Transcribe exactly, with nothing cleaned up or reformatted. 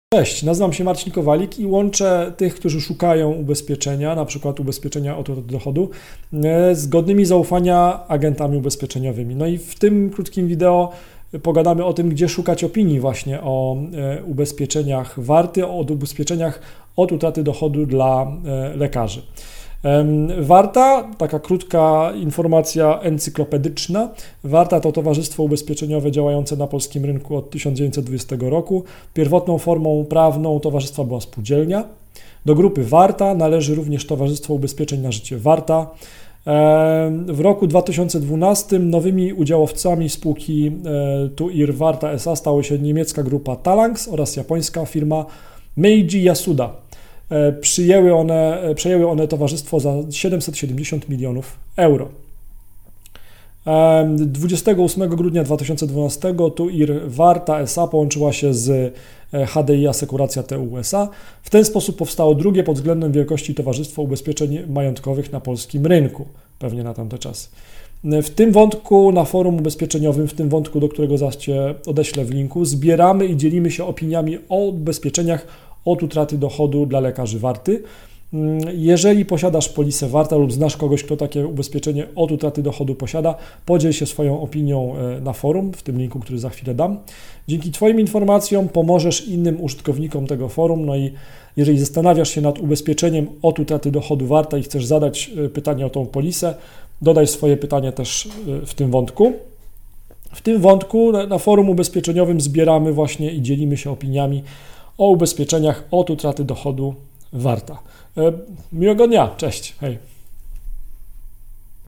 Cześć, nazywam się Marcin Kowalik i łączę tych, którzy szukają ubezpieczenia, na przykład ubezpieczenia od utraty dochodu, z godnymi zaufania agentami ubezpieczeniowymi. No i w tym krótkim wideo pogadamy o tym, gdzie szukać opinii właśnie o ubezpieczeniach Warty, o ubezpieczeniach od utraty dochodu dla lekarzy. Warta, taka krótka informacja encyklopedyczna. Warta to towarzystwo ubezpieczeniowe działające na polskim rynku od tysiąc dziewięćset dwudziestego roku. Pierwotną formą prawną towarzystwa była spółdzielnia. Do grupy Warta należy również Towarzystwo Ubezpieczeń na Życie Warta. W roku dwa tysiące dwunastym nowymi udziałowcami spółki Tu Ir Warta S A stało się niemiecka grupa Talanx oraz japońska firma Meiji Yasuda. Przyjęły one, przejęły one towarzystwo za siedemset siedemdziesiąt milionów euro. dwudziestego ósmego grudnia dwa tysiące dwunastego Tu Ir Warta S A połączyła się z H D I Asekuracja T U S A. W ten sposób powstało drugie pod względem wielkości towarzystwo ubezpieczeń majątkowych na polskim rynku, pewnie na tamte czasy. W tym wątku na forum ubezpieczeniowym, w tym wątku, do którego zaś Cię odeślę w linku, zbieramy i dzielimy się opiniami o ubezpieczeniach od utraty dochodu dla lekarzy Warty. Jeżeli posiadasz polisę Warta lub znasz kogoś, kto takie ubezpieczenie od utraty dochodu posiada, podziel się swoją opinią na forum, w tym linku, który za chwilę dam. Dzięki Twoim informacjom pomożesz innym użytkownikom tego forum. No i jeżeli zastanawiasz się nad ubezpieczeniem od utraty dochodu Warta i chcesz zadać pytanie o tą polisę, dodaj swoje pytanie też w tym wątku. W tym wątku na forum ubezpieczeniowym zbieramy właśnie i dzielimy się opiniami o ubezpieczeniach od utraty dochodu Warta. Miłego dnia, cześć, hej.